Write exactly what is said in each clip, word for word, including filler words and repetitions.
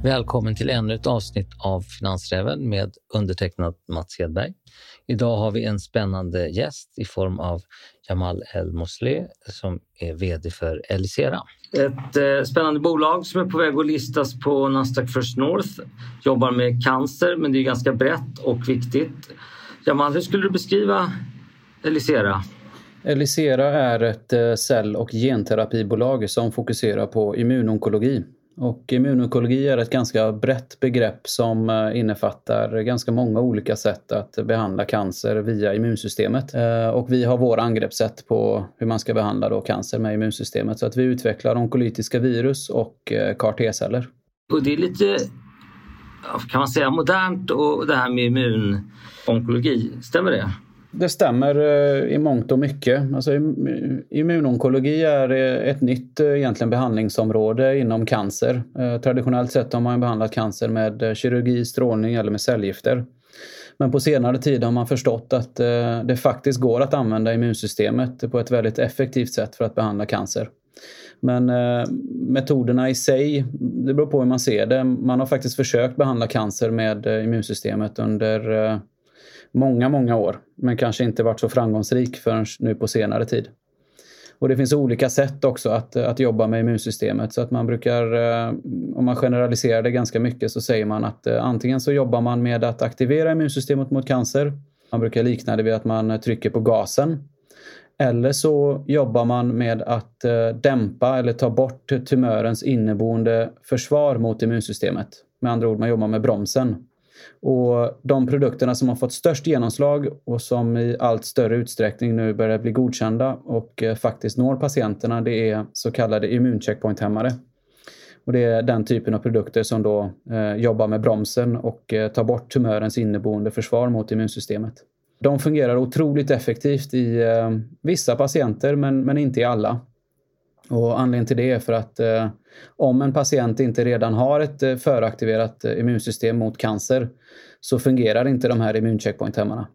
Välkommen till ännu ett avsnitt av Finansräven med undertecknad Mats Hedberg. Idag har vi en spännande gäst i form av Jamal El-Mosleh som är vd för Elysera. Ett eh, spännande bolag som är på väg att listas på Nasdaq First North. Jobbar med cancer, men det är ganska brett och viktigt. Jamal, hur skulle du beskriva Elysera? Elysera är ett cell- och genterapibolag som fokuserar på immunonkologi. Och immunonkologi är ett ganska brett begrepp som innefattar ganska många olika sätt att behandla cancer via immunsystemet. Och vi har våra angreppssätt på hur man ska behandla då cancer med immunsystemet. Så att vi utvecklar onkolytiska virus och C A R T-celler. Och det är lite, kan man säga, modernt och det här med immunonkologi, stämmer det? Det stämmer i mångt och mycket. Alltså, immunonkologi är ett nytt egentligen behandlingsområde inom cancer. Traditionellt sett har man behandlat cancer med kirurgi, strålning eller med cellgifter. Men på senare tid har man förstått att det faktiskt går att använda immunsystemet på ett väldigt effektivt sätt för att behandla cancer. Men metoderna i sig, det beror på hur man ser det. Man har faktiskt försökt behandla cancer med immunsystemet under många, många år, men kanske inte varit så framgångsrik förrän nu på senare tid. Och det finns olika sätt också att, att jobba med immunsystemet, så att man brukar, om man generaliserar det ganska mycket, så säger man att antingen så jobbar man med att aktivera immunsystemet mot cancer. Man brukar likna det vid att man trycker på gasen. Eller så jobbar man med att dämpa eller ta bort tumörens inneboende försvar mot immunsystemet. Med andra ord, man jobbar med bromsen. Och de produkterna som har fått störst genomslag och som i allt större utsträckning nu börjar bli godkända och faktiskt når patienterna, det är så kallade immuncheckpointhämmare. Och det är den typen av produkter som då eh, jobbar med bromsen och eh, tar bort tumörens inneboende försvar mot immunsystemet. De fungerar otroligt effektivt i eh, vissa patienter, men, men inte i alla. Och anledningen till det är för att eh, om en patient inte redan har ett eh, föraktiverat eh, immunsystem mot cancer, så fungerar inte de här immuncheckpointhämmarna.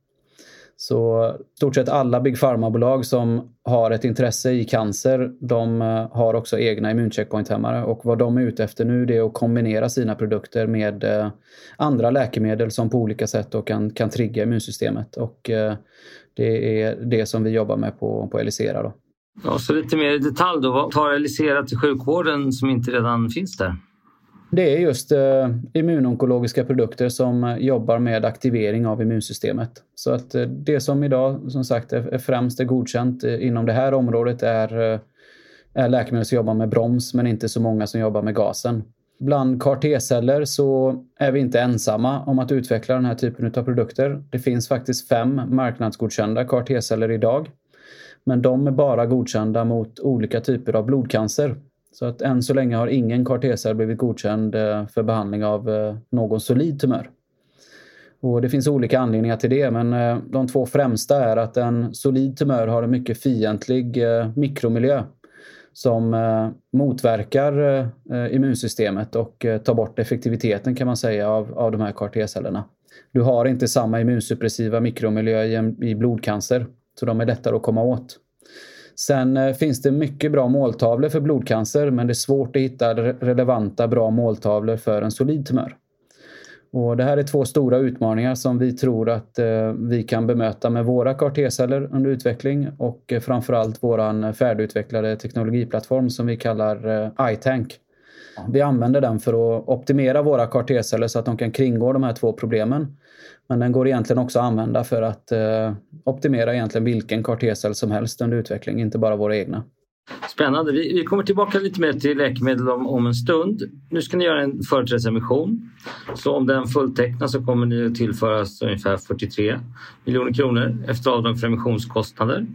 Så stort sett alla big pharma-bolag som har ett intresse i cancer, de eh, har också egna immuncheckpointhämmare. Och vad de är ute efter nu, det är att kombinera sina produkter med eh, andra läkemedel som på olika sätt då kan, kan trigga immunsystemet. Och eh, det är det som vi jobbar med på, på Elysera då. Ja, så lite mer i detalj då. Vad tar Elysera till sjukvården som inte redan finns där? Det är just eh, immunonkologiska produkter som jobbar med aktivering av immunsystemet. Så att eh, det som idag som sagt är, är främst är godkänt eh, inom det här området är, eh, är läkemedel som jobbar med broms, men inte så många som jobbar med gasen. Bland C A R T-celler så är vi inte ensamma om att utveckla den här typen av produkter. Det finns faktiskt fem marknadsgodkända C A R T-celler idag. Men de är bara godkända mot olika typer av blodcancer. Så att än så länge har ingen C A R T-cell blivit godkänd för behandling av någon solid tumör. Och det finns olika anledningar till det, men de två främsta är att en solid tumör har en mycket fientlig mikromiljö som motverkar immunsystemet och tar bort effektiviteten, kan man säga, av, av de här C A R T-cellerna. Du har inte samma immunsuppressiva mikromiljö i, en, i blodcancer. Så de är lättare att komma åt. Sen eh, finns det mycket bra måltavlor för blodcancer, men det är svårt att hitta relevanta bra måltavlor för en solid tumör. Och det här är två stora utmaningar som vi tror att eh, vi kan bemöta med våra C A R T-celler under utveckling och eh, framförallt våran färdigutvecklade teknologiplattform som vi kallar eh, iTank. Vi använder den för att optimera våra C A R T-celler så att de kan kringgå de här två problemen. Men den går egentligen också att använda för att eh, optimera egentligen vilken C A R T-cell som helst under utveckling, inte bara våra egna. Spännande. Vi, vi kommer tillbaka lite mer till läkemedel om, om en stund. Nu ska ni göra en företrädesemission. Så om den fulltecknas så kommer ni att tillföras ungefär fyrtiotre miljoner kronor efter avdrag för emissionskostnader.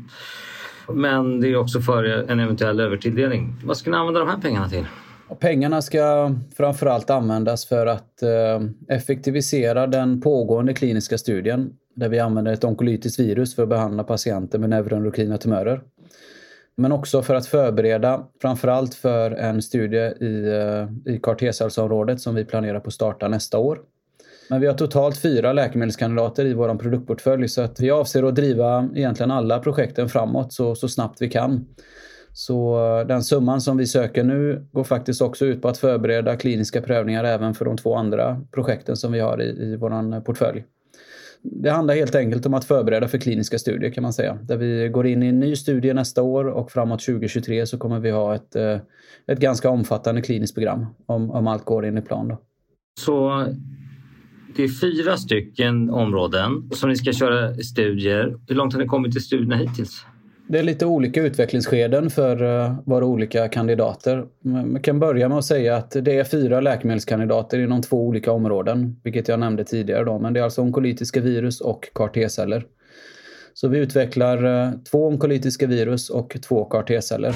Men det är också för en eventuell övertilldelning. Vad ska ni använda de här pengarna till? Pengarna ska framförallt användas för att eh, effektivisera den pågående kliniska studien där vi använder ett onkolytiskt virus för att behandla patienter med neuroendokrina tumörer. Men också för att förbereda framförallt för en studie i, eh, i C A R T-cellsområdet som vi planerar på att starta nästa år. Men vi har totalt fyra läkemedelskandidater i vår produktportfölj, så att vi avser att driva egentligen alla projekten framåt så, så snabbt vi kan. Så den summan som vi söker nu går faktiskt också ut på att förbereda kliniska prövningar även för de två andra projekten som vi har i, i vår portfölj. Det handlar helt enkelt om att förbereda för kliniska studier kan man säga. Där vi går in i en ny studie nästa år och framåt tjugo tjugotre så kommer vi ha ett, ett ganska omfattande kliniskt program om, om allt går in i plan. Då. Så det är fyra stycken områden som ni ska köra studier. Hur långt har ni kommit i studierna hittills? Det är lite olika utvecklingsskeden för uh, våra olika kandidater. Man kan börja med att säga att det är fyra läkemedelskandidater inom två olika områden, vilket jag nämnde tidigare då, men det är alltså onkolytiska virus och C A R T-celler. Så vi utvecklar uh, två onkolytiska virus och två C A R T-celler.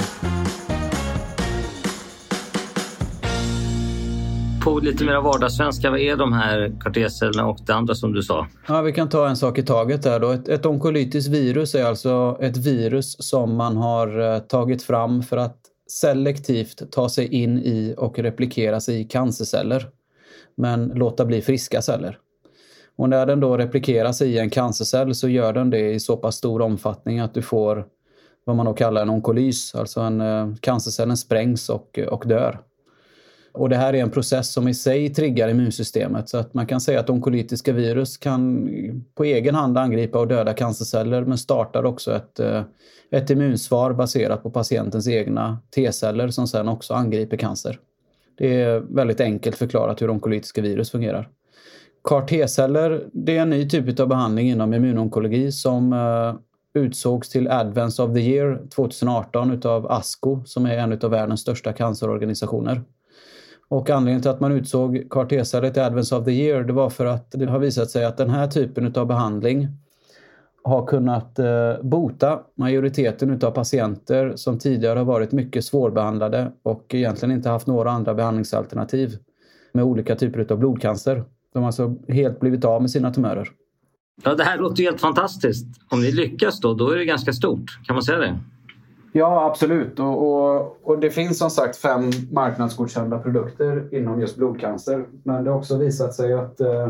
På lite mer vardagssvenska, vad är de här C A R T-cellerna och det andra som du sa? Ja, vi kan ta en sak i taget där då. Ett, ett onkolytiskt virus är alltså ett virus som man har tagit fram för att selektivt ta sig in i och replikera sig i cancerceller, men låta bli friska celler. Och när den då replikerar sig i en cancercell så gör den det i så pass stor omfattning att du får vad man då kallar en onkolys, alltså en cancercellen sprängs och, och dör. Och det här är en process som i sig triggar immunsystemet, så att man kan säga att onkolytiska virus kan på egen hand angripa och döda cancerceller, men startar också ett, ett immunsvar baserat på patientens egna T-celler som sedan också angriper cancer. Det är väldigt enkelt förklarat hur onkolytiska virus fungerar. C A R T-celler, det är en ny typ av behandling inom immunonkologi som utsågs till Advance of the Year tjugoarton utav ASCO, som är en av världens största cancerorganisationer. Och anledningen till att man utsåg C A R T-celler till Advance of the Year, det var för att det har visat sig att den här typen av behandling har kunnat bota majoriteten av patienter som tidigare har varit mycket svårbehandlade och egentligen inte haft några andra behandlingsalternativ med olika typer av blodcancer. De har alltså helt blivit av med sina tumörer. Ja, det här låter helt fantastiskt. Om ni lyckas då, då är det ganska stort. Kan man säga det? Ja, absolut. Och, och, och det finns som sagt fem marknadsgodkända produkter inom just blodcancer. Men det har också visat sig att eh,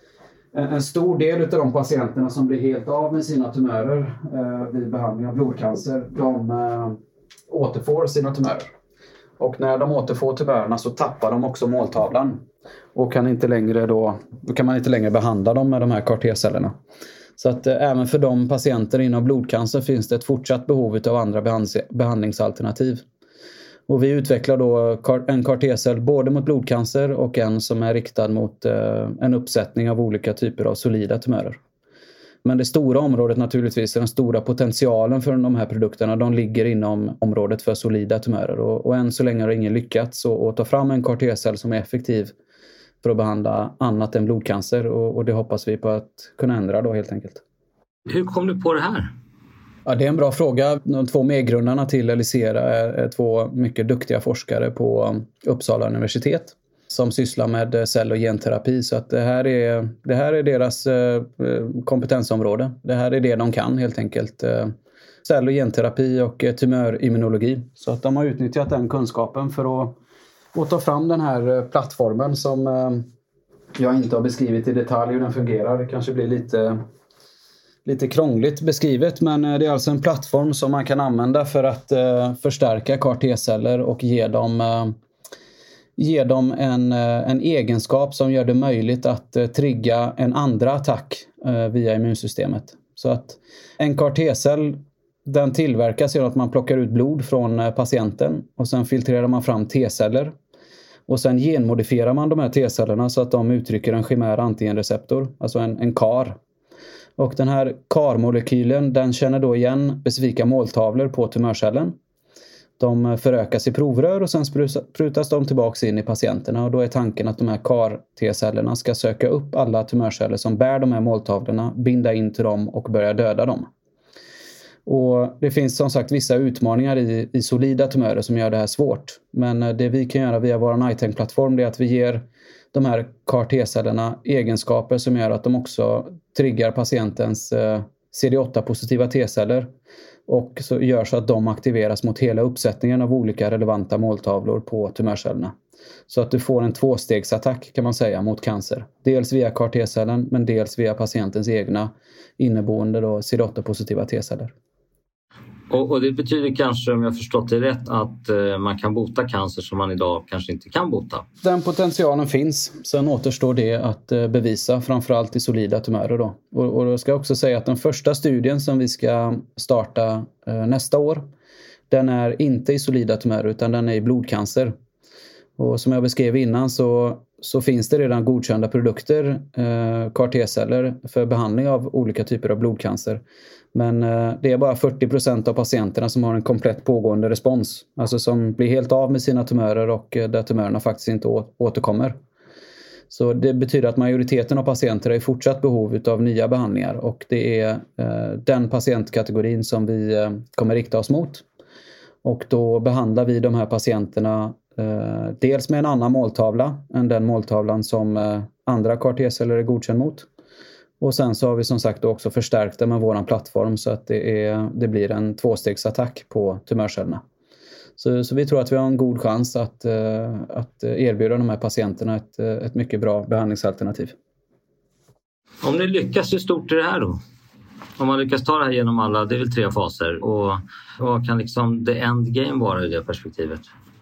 en stor del av de patienterna som blir helt av med sina tumörer eh, vid behandling av blodcancer, de eh, återfår sina tumörer. Och när de återfår tumörerna så tappar de också måltavlan. Och kan inte längre då, då kan man inte längre behandla dem med de här C A R T-cellerna. Så att eh, även för de patienter inom blodcancer finns det ett fortsatt behov av andra behandls- behandlingsalternativ. Och vi utvecklar då en C A R T-cell både mot blodcancer och en som är riktad mot eh, en uppsättning av olika typer av solida tumörer. Men det stora området naturligtvis, den stora potentialen för de här produkterna, de ligger inom området för solida tumörer. Och, och än så länge har ingen lyckats att ta fram en C A R T-cell som är effektiv för att behandla annat än blodcancer, och, och det hoppas vi på att kunna ändra då helt enkelt. Hur kom du på det här? Ja, det är en bra fråga. De två medgrundarna till Elysera är, är två mycket duktiga forskare på Uppsala universitet som sysslar med cell- och genterapi. Så att det, här är, det här är deras eh, kompetensområde. Det här är det de kan helt enkelt. Eh, cell- och genterapi och eh, tumörimmunologi. Så att de har utnyttjat den kunskapen för att, att ta fram den här plattformen som eh, jag inte har beskrivit i detalj hur den fungerar. Det kanske blir lite... Lite krångligt beskrivet, men det är alltså en plattform som man kan använda för att eh, förstärka C A R T-celler och ge dem, eh, ge dem en, en egenskap som gör det möjligt att eh, trigga en andra attack eh, via immunsystemet. Så att en C A R T-cell, den tillverkas genom att man plockar ut blod från eh, patienten och sen filtrerar man fram T-celler. Och sen genmodifierar man de här T-cellerna så att de uttrycker en chimär antigenreceptor, alltså en, en C A R. Och den här C A R-molekylen, den känner då igen specifika måltavlor på tumörcellen. De förökas i provrör och sen sprutas de tillbaka in i patienterna. Och då är tanken att de här C A R-T-cellerna ska söka upp alla tumörceller som bär de här måltavlorna, binda in till dem och börja döda dem. Och det finns som sagt vissa utmaningar i, i solida tumörer som gör det här svårt. Men det vi kan göra via vår iTank-plattform är att vi ger de här C A R T-cellerna egenskaper som gör att de också triggar patientens eh, C D åtta-positiva T-celler och så gör så att de aktiveras mot hela uppsättningen av olika relevanta måltavlor på tumörcellerna. Så att du får en tvåstegsattack kan man säga mot cancer. Dels via C A R T-cellen men dels via patientens egna inneboende då C D åtta-positiva T-celler. Och, och det betyder kanske, om jag förstått det rätt, att eh, man kan bota cancer som man idag kanske inte kan bota? Den potentialen finns. Sen återstår det att eh, bevisa, framförallt i solida tumörer då. Och, och då ska jag också säga att den första studien som vi ska starta eh, nästa år, den är inte i solida tumörer utan den är i blodcancer. Och som jag beskrev innan så, så finns det redan godkända produkter, eh, C A R T-celler, för behandling av olika typer av blodcancer. Men eh, det är bara fyrtio procent av patienterna som har en komplett pågående respons. Alltså som blir helt av med sina tumörer och eh, där tumörerna faktiskt inte å- återkommer. Så det betyder att majoriteten av patienter är i fortsatt behov av nya behandlingar. Och det är eh, den patientkategorin som vi eh, kommer rikta oss mot. Och då behandlar vi de här patienterna eh, dels med en annan måltavla än den måltavlan som eh, andra C A R T-celler är godkänd mot. Och sen så har vi som sagt också förstärkt det med våran plattform så att det, är, det blir en tvåstegsattack på tumörcellerna. Så, så vi tror att vi har en god chans att, uh, att erbjuda de här patienterna ett, ett mycket bra behandlingsalternativ. Om ni lyckas, hur stort är det här då? Om man lyckas ta det här genom alla, det är väl tre faser. Och vad kan liksom the end game vara i det perspektivet?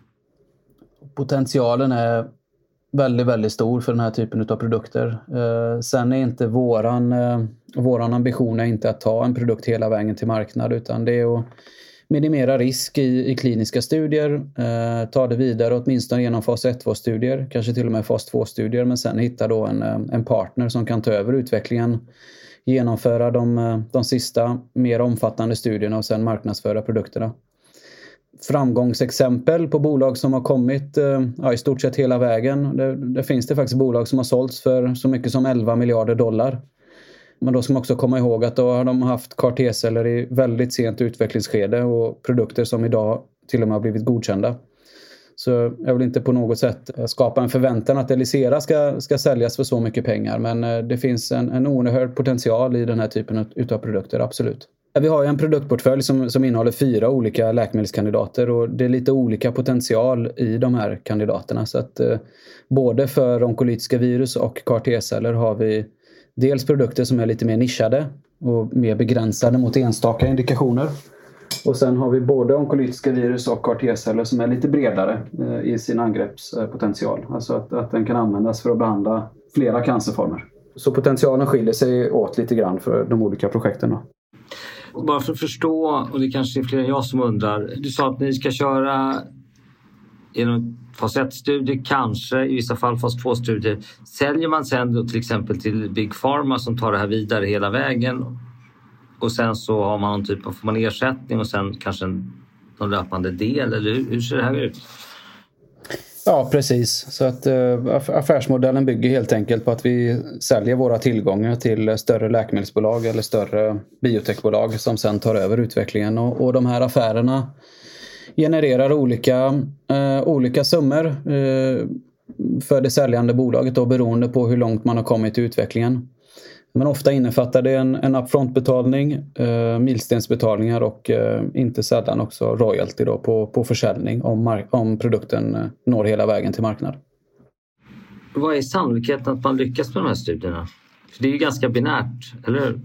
Potentialen är väldigt, väldigt stor för den här typen av produkter. Eh, sen är inte våran, eh, våran ambition är inte att ta en produkt hela vägen till marknad utan det är att minimera risk i, i kliniska studier, eh, ta det vidare åtminstone genom fas ett två-studier, kanske till och med fas två-studier, men sen hitta då en, en partner som kan ta över utvecklingen, genomföra de, de sista mer omfattande studierna och sen marknadsföra produkterna. Framgångsexempel på bolag som har kommit ja, i stort sett hela vägen. Det, det finns det faktiskt bolag som har sålts för så mycket som elva miljarder dollar. Men då ska man också komma ihåg att då har de haft C A R T-celler i väldigt sent utvecklingsskede och produkter som idag till och med har blivit godkända. Så jag vill inte på något sätt skapa en förväntan att Elysera ska, ska säljas för så mycket pengar. Men det finns en, en oerhörd potential i den här typen av produkter, absolut. Vi har ju en produktportfölj som, som innehåller fyra olika läkemedelskandidater och det är lite olika potential i de här kandidaterna. Så att eh, både för onkolytiska virus och C A R T-celler har vi dels produkter som är lite mer nischade och mer begränsade mot enstaka indikationer. Och sen har vi både onkolytiska virus och C A R T-celler som är lite bredare eh, i sin angreppspotential. Alltså att, att den kan användas för att behandla flera cancerformer. Så potentialen skiljer sig åt lite grann för de olika projekten då. Bara för att förstå, och det kanske är fler än jag som undrar. Du sa att ni ska köra genom fas ett-studier, kanske i vissa fall fas två-studier. Säljer man sen då till exempel till Big Pharma som tar det här vidare hela vägen och sen så har man någon typ av får man ersättning och sen kanske en, någon löpande del, eller hur, hur ser det här ut? Ja, precis. Så att äh, affärsmodellen bygger helt enkelt på att vi säljer våra tillgångar till större läkemedelsbolag eller större biotechbolag som sen tar över utvecklingen. Och, och de här affärerna genererar olika, äh, olika summor äh, för det säljande bolaget då, beroende på hur långt man har kommit i utvecklingen. Men ofta innefattar det en, en upfront-betalning, eh, milstensbetalningar och eh, inte sällan också royalty då på, på försäljning om, mark- om produkten eh, når hela vägen till marknad. Vad är sannolikheten att man lyckas med de här studierna? För det är ju ganska binärt, eller hur?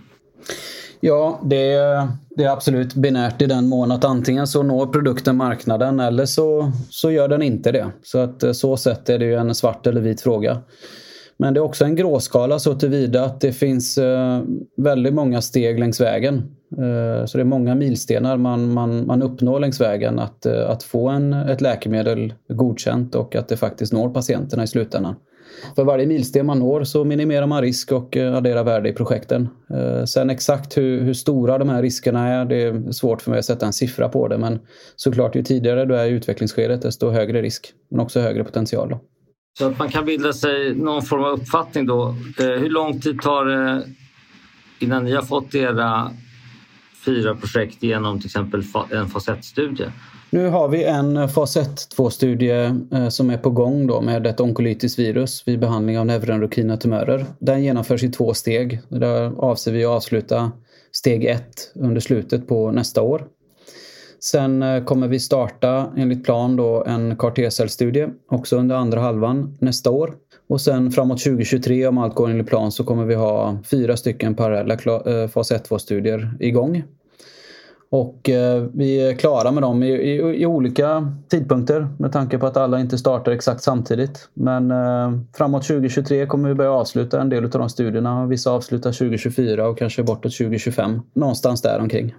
Ja, det är, det är absolut binärt i den mån att antingen så når produkten marknaden eller så, så gör den inte det. Så att så sätt är det ju en svart eller vit fråga. Men det är också en gråskala så tillvida att det finns eh, väldigt många steg längs vägen. Eh, så det är många milstenar man, man, man uppnår längs vägen att, eh, att få en, ett läkemedel godkänt och att det faktiskt når patienterna i slutändan. För varje milsten man når så minimerar man risk och eh, adderar värde i projekten. Eh, sen exakt hur, hur stora de här riskerna är, det är svårt för mig att sätta en siffra på det. Men såklart ju tidigare du är i utvecklingsskedet desto högre risk men också högre potential då. Så att man kan bilda sig någon form av uppfattning då. Hur lång tid tar det innan ni har fått era fyra projekt genom till exempel en fas ett-studie? Nu har vi en fas ett två-studie som är på gång då med ett onkolytiskt virus vid behandling av neuroendokrina tumörer. Den genomförs i två steg. Där avser vi att avsluta steg ett under slutet på nästa år. Sen kommer vi starta enligt plan då en C A R T-cellstudie också under andra halvan nästa år. Och sen framåt tjugo tjugotre om allt går enligt plan så kommer vi ha fyra stycken parallella fas ett två-studier igång. Och eh, vi är klara med dem i, i, i olika tidpunkter med tanke på att alla inte startar exakt samtidigt. Men eh, framåt tjugo tjugotre kommer vi börja avsluta en del av de studierna. Vissa avslutar tjugo tjugofyra och kanske bortåt tjugo tjugofem. Någonstans där omkring.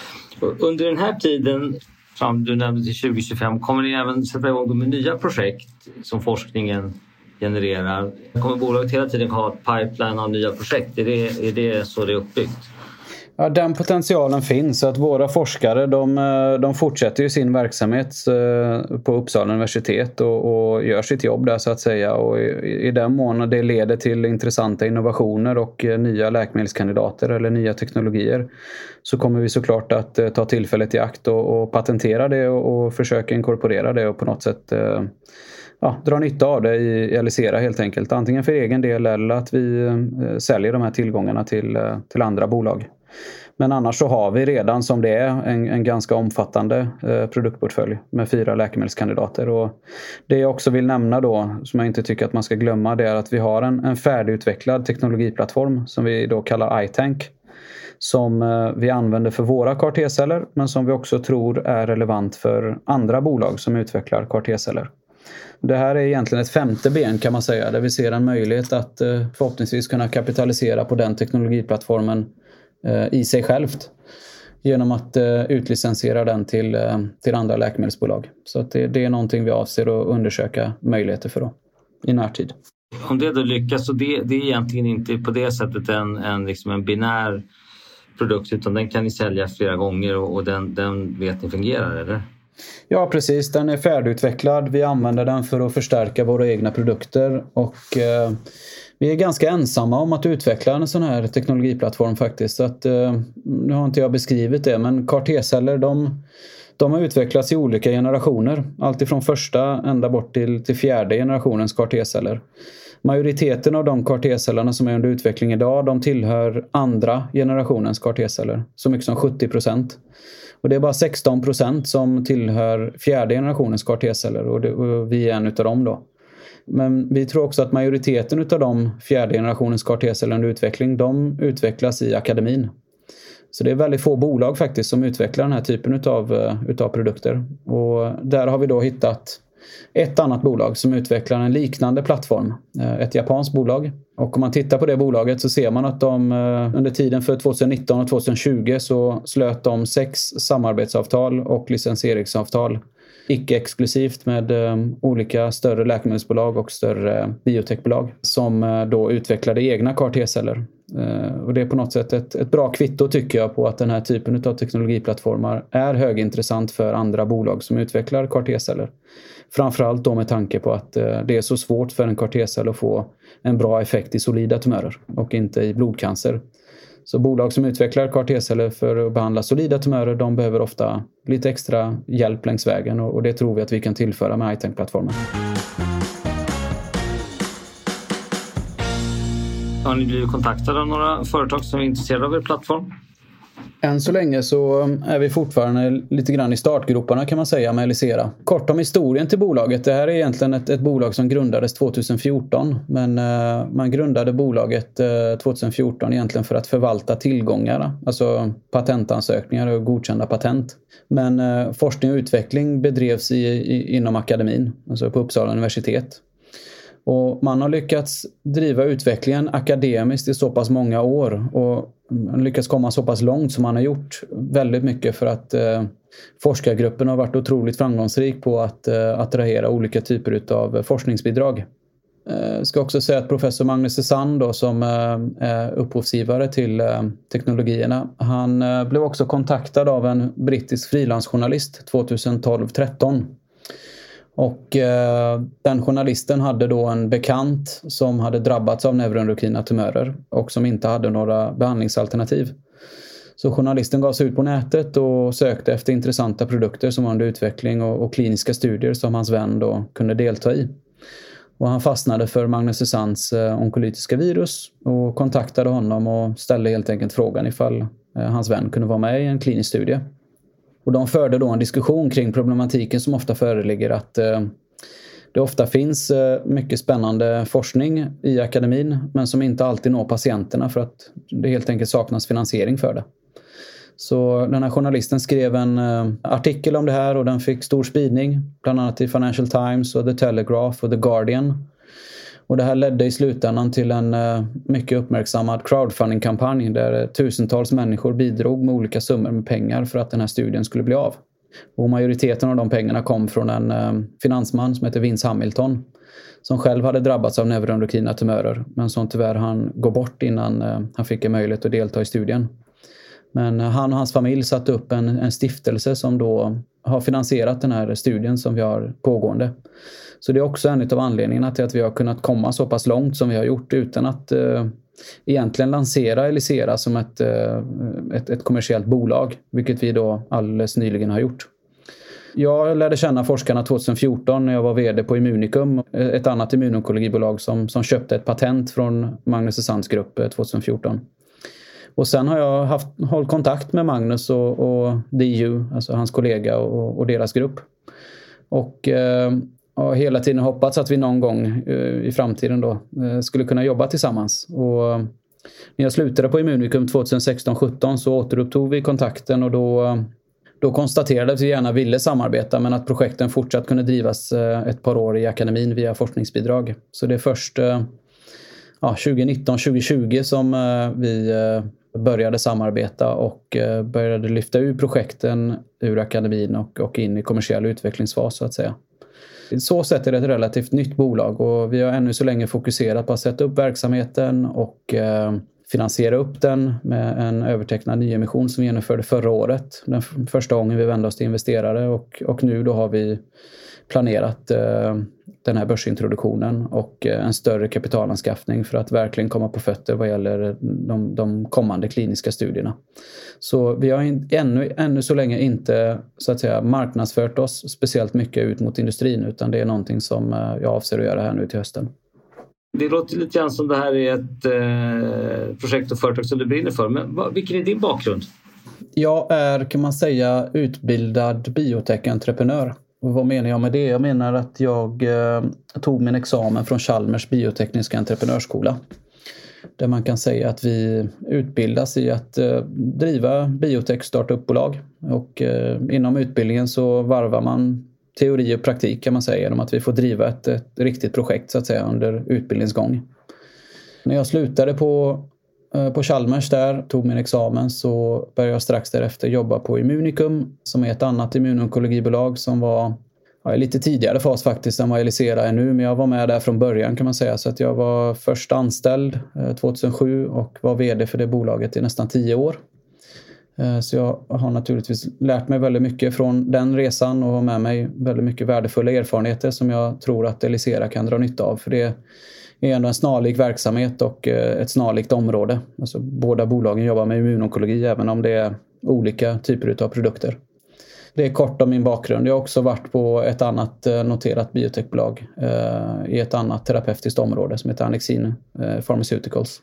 Under den här tiden, fram du nämnde till tjugo tjugofem, kommer ni även sätta igång med nya projekt som forskningen genererar? Kommer bolaget hela tiden ha ett pipeline av nya projekt? Är det, är det så det är uppbyggt? Ja, den potentialen finns. Att våra forskare de, de fortsätter ju sin verksamhet på Uppsala universitet och, och gör sitt jobb där så att säga. Och i, i den mån det leder till intressanta innovationer och nya läkemedelskandidater eller nya teknologier så kommer vi såklart att ta tillfället i akt och, och patentera det och, och försöka inkorporera det och på något sätt ja, dra nytta av det i Elysera helt enkelt. Antingen för egen del eller att vi säljer de här tillgångarna till, till andra bolag. Men annars så har vi redan som det är en, en ganska omfattande eh, produktportfölj med fyra läkemedelskandidater. Och det jag också vill nämna då, som jag inte tycker att man ska glömma, det är att vi har en, en färdigutvecklad teknologiplattform som vi då kallar iTank. Som eh, vi använder för våra C A R T-celler men som vi också tror är relevant för andra bolag som utvecklar C A R T-celler. Det här är egentligen ett femte ben kan man säga, där vi ser en möjlighet att eh, förhoppningsvis kunna kapitalisera på den teknologiplattformen i sig självt genom att uh, utlicensiera den till, uh, till andra läkemedelsbolag. Så att det, det är någonting vi avser att undersöka möjligheter för då, i närtid. Om det då lyckas, så det, det är egentligen inte på det sättet en, en, liksom en binär produkt utan den kan ni sälja flera gånger och, och den, den vet ni fungerar, eller? Ja, precis. Den är färdigutvecklad. Vi använder den för att förstärka våra egna produkter och uh, vi är ganska ensamma om att utveckla en sån här teknologiplattform faktiskt. Så att, eh, nu har inte jag beskrivit det, men C A R T-celler de, de har utvecklats i olika generationer. Allt ifrån första ända bort till, till fjärde generationens C A R T-celler. Majoriteten av de C A R T-cellerna som är under utveckling idag, de tillhör andra generationens C A R T-celler. Så mycket som sjuttio procent. Och det är bara sexton procent som tillhör fjärde generationens C A R T-celler och, det, och vi är en utav dem då. Men vi tror också att majoriteten av de fjärde generationens C A R T-celler under utveckling, de utvecklas i akademin. Så det är väldigt få bolag faktiskt som utvecklar den här typen utav, utav produkter. Och där har vi då hittat ett annat bolag som utvecklar en liknande plattform. Ett japanskt bolag. Och om man tittar på det bolaget så ser man att de under tiden för tjugonitton och tjugotjugo så slöt de sex samarbetsavtal och licensieringsavtal icke-exklusivt med um, olika större läkemedelsbolag och större uh, biotechbolag som uh, då utvecklade egna C A R T-celler. Uh, och det är på något sätt ett, ett bra kvitto tycker jag på att den här typen av teknologiplattformar är högintressant för andra bolag som utvecklar C A R T-celler. Framförallt då med tanke på att uh, det är så svårt för en C A R T-cell att få en bra effekt i solida tumörer och inte i blodcancer. Så bolag som utvecklar C A R T-celler för att behandla solida tumörer, de behöver ofta lite extra hjälp längs vägen och det tror vi att vi kan tillföra med iTank-plattformen. Har ni blivit kontaktade av några företag som är intresserade av er plattform? Än så länge så är vi fortfarande lite grann i startgroparna kan man säga med Elysera. Kort om historien till bolaget. Det här är egentligen ett, ett bolag som grundades tjugohundrafjorton. Men eh, man grundade bolaget eh, tjugohundrafjorton egentligen för att förvalta tillgångarna. Alltså patentansökningar och godkända patent. Men eh, forskning och utveckling bedrevs i, i, inom akademin. Alltså på Uppsala universitet. Och man har lyckats driva utvecklingen akademiskt i så pass många år och man lyckats komma så pass långt som man har gjort väldigt mycket för att eh, forskargruppen har varit otroligt framgångsrik på att eh, attrahera olika typer av forskningsbidrag. Jag eh, ska också säga att professor Magnus Susanne då, som eh, är upphovsgivare till eh, teknologierna, han eh, blev också kontaktad av en brittisk frilansjournalist tjugotolv tretton. Och eh, den journalisten hade då en bekant som hade drabbats av neuroendokrina tumörer och som inte hade några behandlingsalternativ. Så journalisten gav sig ut på nätet och sökte efter intressanta produkter som var under utveckling och, och kliniska studier som hans vän då kunde delta i. Och han fastnade för Magnus Susannes eh, onkolytiska virus och kontaktade honom och ställde helt enkelt frågan ifall eh, hans vän kunde vara med i en klinisk studie. Och de förde då en diskussion kring problematiken som ofta föreligger att eh, det ofta finns eh, mycket spännande forskning i akademin men som inte alltid når patienterna för att det helt enkelt saknas finansiering för det. Så den här journalisten skrev en uh, artikel om det här och den fick stor spridning, bland annat i Financial Times och The Telegraph och The Guardian. Och det här ledde i slutändan till en uh, mycket uppmärksammad crowdfunding-kampanj där tusentals människor bidrog med olika summor med pengar för att den här studien skulle bli av. Och majoriteten av de pengarna kom från en uh, finansman som heter Vince Hamilton, som själv hade drabbats av neuroendokrina tumörer, men som tyvärr han går bort innan uh, han fick en möjlighet att delta i studien. Men uh, han och hans familj satte upp en, en stiftelse som då har finansierat den här studien som vi har pågående. Så det är också en av anledningarna till att vi har kunnat komma så pass långt som vi har gjort utan att uh, egentligen lansera Elysera som ett, uh, ett, ett kommersiellt bolag, vilket vi då alldeles nyligen har gjort. Jag lärde känna forskarna tjugohundrafjorton när jag var vd på Immunicum, ett annat immunonkologibolag som, som köpte ett patent från Magnus Essans grupp tjugohundrafjorton. Och sen har jag haft, hållit kontakt med Magnus och, och D U, alltså hans kollega och, och deras grupp. Och eh, har hela tiden hoppats att vi någon gång eh, i framtiden då eh, skulle kunna jobba tillsammans. Och när jag slutade på Immunicum tjugohundrasexton sjutton så återupptog vi kontakten och då Då konstaterade att vi gärna ville samarbeta men att projekten fortsatt kunde drivas ett par år i akademin via forskningsbidrag. Så det är först ja, tjugonitton tjugotjugo som vi började samarbeta och började lyfta ur projekten ur akademin och, och in i kommersiell utvecklingsfas så att säga. Så sätt är det ett relativt nytt bolag och vi har ännu så länge fokuserat på att sätta upp verksamheten och finansiera upp den med en övertecknad nyemission som vi genomförde förra året. Den första gången vi vände oss till investerare och, och nu då har vi planerat eh, den här börsintroduktionen och eh, en större kapitalanskaffning för att verkligen komma på fötter vad gäller de, de kommande kliniska studierna. Så vi har in, ännu, ännu så länge inte så att säga marknadsfört oss speciellt mycket ut mot industrin utan det är någonting som eh, jag avser att göra här nu till hösten. Det låter lite grann som det här är ett eh, projekt och företag som du brinner för. Men vad, vilken är din bakgrund? Jag är, kan man säga, utbildad biotech-entreprenör. Och vad menar jag med det? Jag menar att jag eh, tog min examen från Chalmers biotekniska entreprenörsskola. Där man kan säga att vi utbildas i att eh, driva biotech-startupbolag. Och eh, inom utbildningen så varvar man teori och praktik kan man säga genom att vi får driva ett, ett riktigt projekt så att säga under utbildningsgång. När jag slutade på, eh, på Chalmers där, tog min examen så började jag strax därefter jobba på Immunicum som är ett annat immunonkologibolag som var ja, i lite tidigare fas faktiskt än vad Elysera är nu men jag var med där från början kan man säga så att jag var först anställd eh, tjugohundrasju och var vd för det bolaget i nästan tio år. Så jag har naturligtvis lärt mig väldigt mycket från den resan och har med mig väldigt mycket värdefulla erfarenheter som jag tror att Elysera kan dra nytta av. För det är ändå en snarlik verksamhet och ett snarlikt område. Alltså båda bolagen jobbar med immunonkologi även om det är olika typer av produkter. Det är kort om min bakgrund. Jag har också varit på ett annat noterat biotechbolag eh, i ett annat terapeutiskt område som heter Annexin eh, Pharmaceuticals.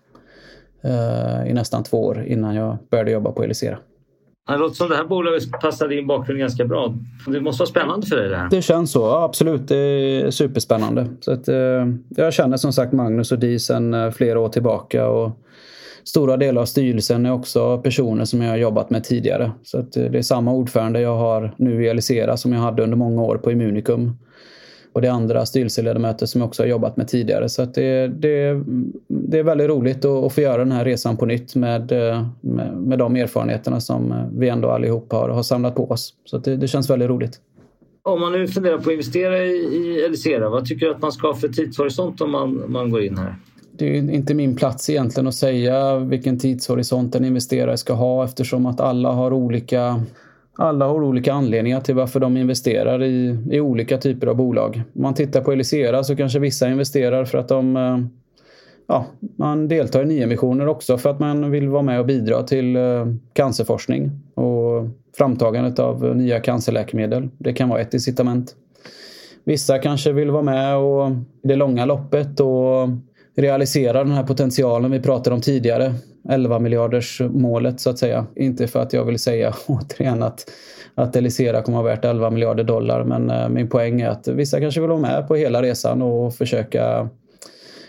I nästan två år innan jag började jobba på Elysera. Det låter som det här bolaget passar din bakgrund ganska bra. Det måste vara spännande för dig det här. Det känns så, ja, absolut. Det är superspännande. Så att, eh, jag känner som sagt Magnus och Di sedan flera år tillbaka och stora delar av styrelsen är också personer som jag har jobbat med tidigare. Så att, det är samma ordförande jag har nu i Elysera som jag hade under många år på Immunicum. Och det är andra styrelseledamöter som jag också har jobbat med tidigare. Så att det, det, det är väldigt roligt att, att få göra den här resan på nytt med, med, med de erfarenheterna som vi ändå allihop har, har samlat på oss. Så att det, det känns väldigt roligt. Om man nu funderar på att investera i, i Elysera, vad tycker du att man ska ha för tidshorisont om man, man går in här? Det är inte min plats egentligen att säga vilken tidshorisont en investerare ska ha eftersom att alla har olika... Alla har olika anledningar till varför de investerar i, i olika typer av bolag. Om man tittar på Elysera så kanske vissa investerar för att de, ja, man deltar i nyemissioner också för att man vill vara med och bidra till cancerforskning och framtagandet av nya cancerläkemedel. Det kan vara ett incitament. Vissa kanske vill vara med och i det långa loppet och realisera den här potentialen vi pratade om tidigare. elva miljarders målet så att säga. Inte för att jag vill säga återigen att, att Elysera kommer att vara värt elva miljarder dollar. Men eh, min poäng är att vissa kanske vill vara med på hela resan och försöka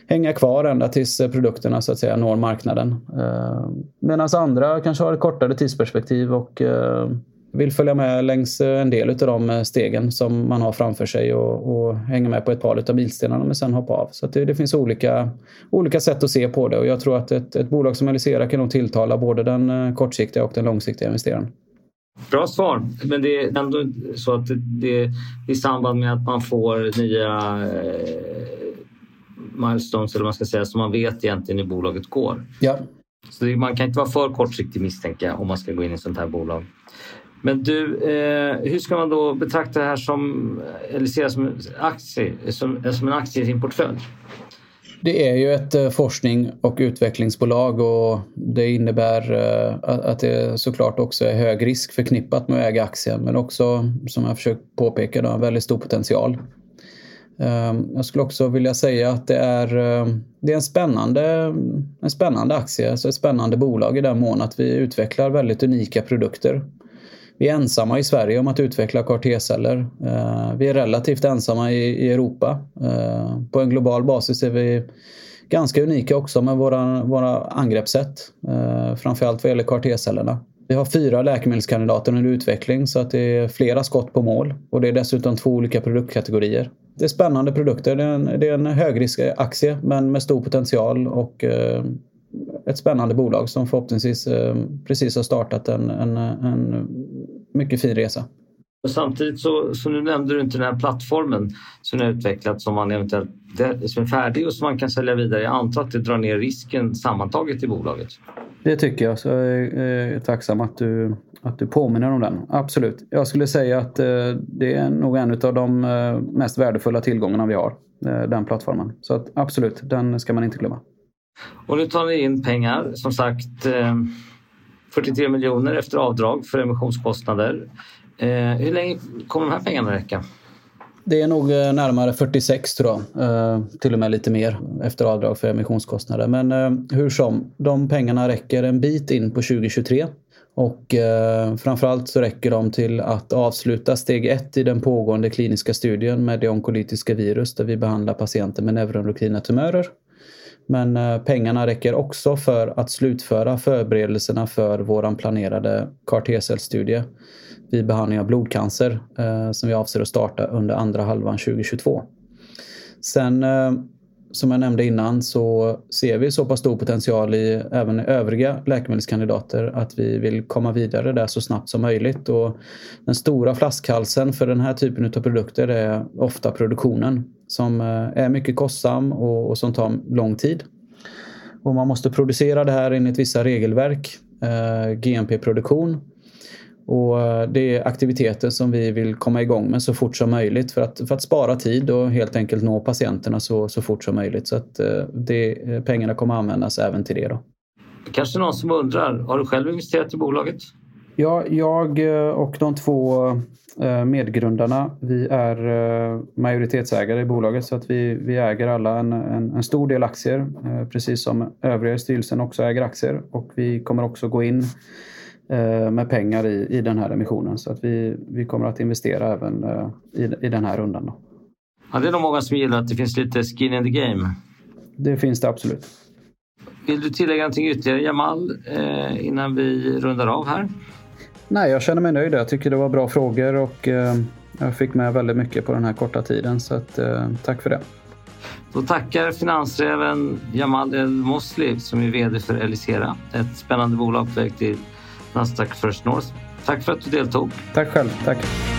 hänga kvar ända tills produkterna så att säga når marknaden. Medan andra kanske har ett kortare tidsperspektiv och vill följa med längs en del av de stegen som man har framför sig och, och hänga med på ett par av milstenarna men sen hoppa av. Så att det, det finns olika, olika sätt att se på det och jag tror att ett, ett bolag som Elysera kan nog tilltala både den kortsiktiga och den långsiktiga investeraren. Bra svar, men det är ändå så att det, det i samband med att man får nya eh, milestones eller vad man ska säga som man vet egentligen hur bolaget går. Ja. Så det, man kan inte vara för kortsiktig misstänka om man ska gå in i ett sånt här bolag. Men du, eh, hur ska man då betrakta det här som Elysera som en aktie, som, som en aktie i sin portfölj? Det är ju ett forskning- och utvecklingsbolag och det innebär att det såklart också är hög risk förknippat med att äga aktier men också, som jag försökt påpeka, då, en väldigt stor potential. Jag skulle också vilja säga att det är, det är en, spännande, en spännande aktie, alltså ett spännande bolag i den mån att vi utvecklar väldigt unika produkter. Vi är ensamma i Sverige om att utveckla C A R T-celler. Vi är relativt ensamma i Europa. På en global basis är vi ganska unika också med våra, våra angreppssätt. Framförallt vad gäller C A R T-cellerna. Vi har fyra läkemedelskandidater under utveckling så att det är flera skott på mål. Och det är dessutom två olika produktkategorier. Det är spännande produkter. Det är en, det är en högriskaktie men med stor potential och ett spännande bolag som förhoppningsvis precis har startat en, en, en mycket fin resa. Och samtidigt så, så nu nämnde du inte den här plattformen som är utvecklad som man eventuellt som är färdig och som man kan sälja vidare. Jag antar att det drar ner risken sammantaget i bolaget. Det tycker jag, så jag är tacksam att du, att du påminner om den. Absolut. Jag skulle säga att det är nog en av de mest värdefulla tillgångarna vi har, den plattformen. Så att absolut, den ska man inte glömma. Och nu tar ni in pengar, som sagt fyrtiotre miljoner efter avdrag för emissionskostnader. Hur länge kommer de här pengarna räcka? Det är nog närmare fyrtiosex tror jag, till och med lite mer efter avdrag för emissionskostnader. Men hur som, de pengarna räcker en bit in på tjugo tjugotre och framförallt så räcker de till att avsluta steg ett i den pågående kliniska studien med det onkolytiska virus där vi behandlar patienter med neuroendokrina tumörer. Men pengarna räcker också för att slutföra förberedelserna för våran planerade C A R T-cellstudie vid behandling av blodcancer eh, som vi avser att starta under andra halvan tjugo tjugotvå. Sen eh, som jag nämnde innan så ser vi så pass stor potential i även övriga läkemedelskandidater att vi vill komma vidare där så snabbt som möjligt. Och den stora flaskhalsen för den här typen av produkter är ofta produktionen som är mycket kostsam och, och som tar lång tid. Och man måste producera det här enligt vissa regelverk, eh, G M P-produktion. Och det är aktiviteter som vi vill komma igång med så fort som möjligt för att, för att spara tid och helt enkelt nå patienterna så, så fort som möjligt. Så att det, pengarna kommer användas även till det då. Kanske någon som undrar, har du själv investerat i bolaget? Ja, jag och de två medgrundarna, vi är majoritetsägare i bolaget så att vi, vi äger alla en, en, en stor del aktier, precis som övriga i styrelsen också äger aktier. Och vi kommer också gå in med pengar i, i den här emissionen så att vi, vi kommer att investera även uh, i, i den här rundan. Då. Ja, det är nog många som gillar att det finns lite skin in the game. Det finns det absolut. Vill du tillägga någonting ytterligare, Jamal, eh, innan vi rundar av här? Nej, jag känner mig nöjd. Jag tycker det var bra frågor och eh, jag fick med väldigt mycket på den här korta tiden så att, eh, tack för det. Då tackar finansräven Jamal El-Mosly som är vd för Elysera, ett spännande bolag på väg till Nasdaq First North. Tack för att du deltog. Tack själv, tack.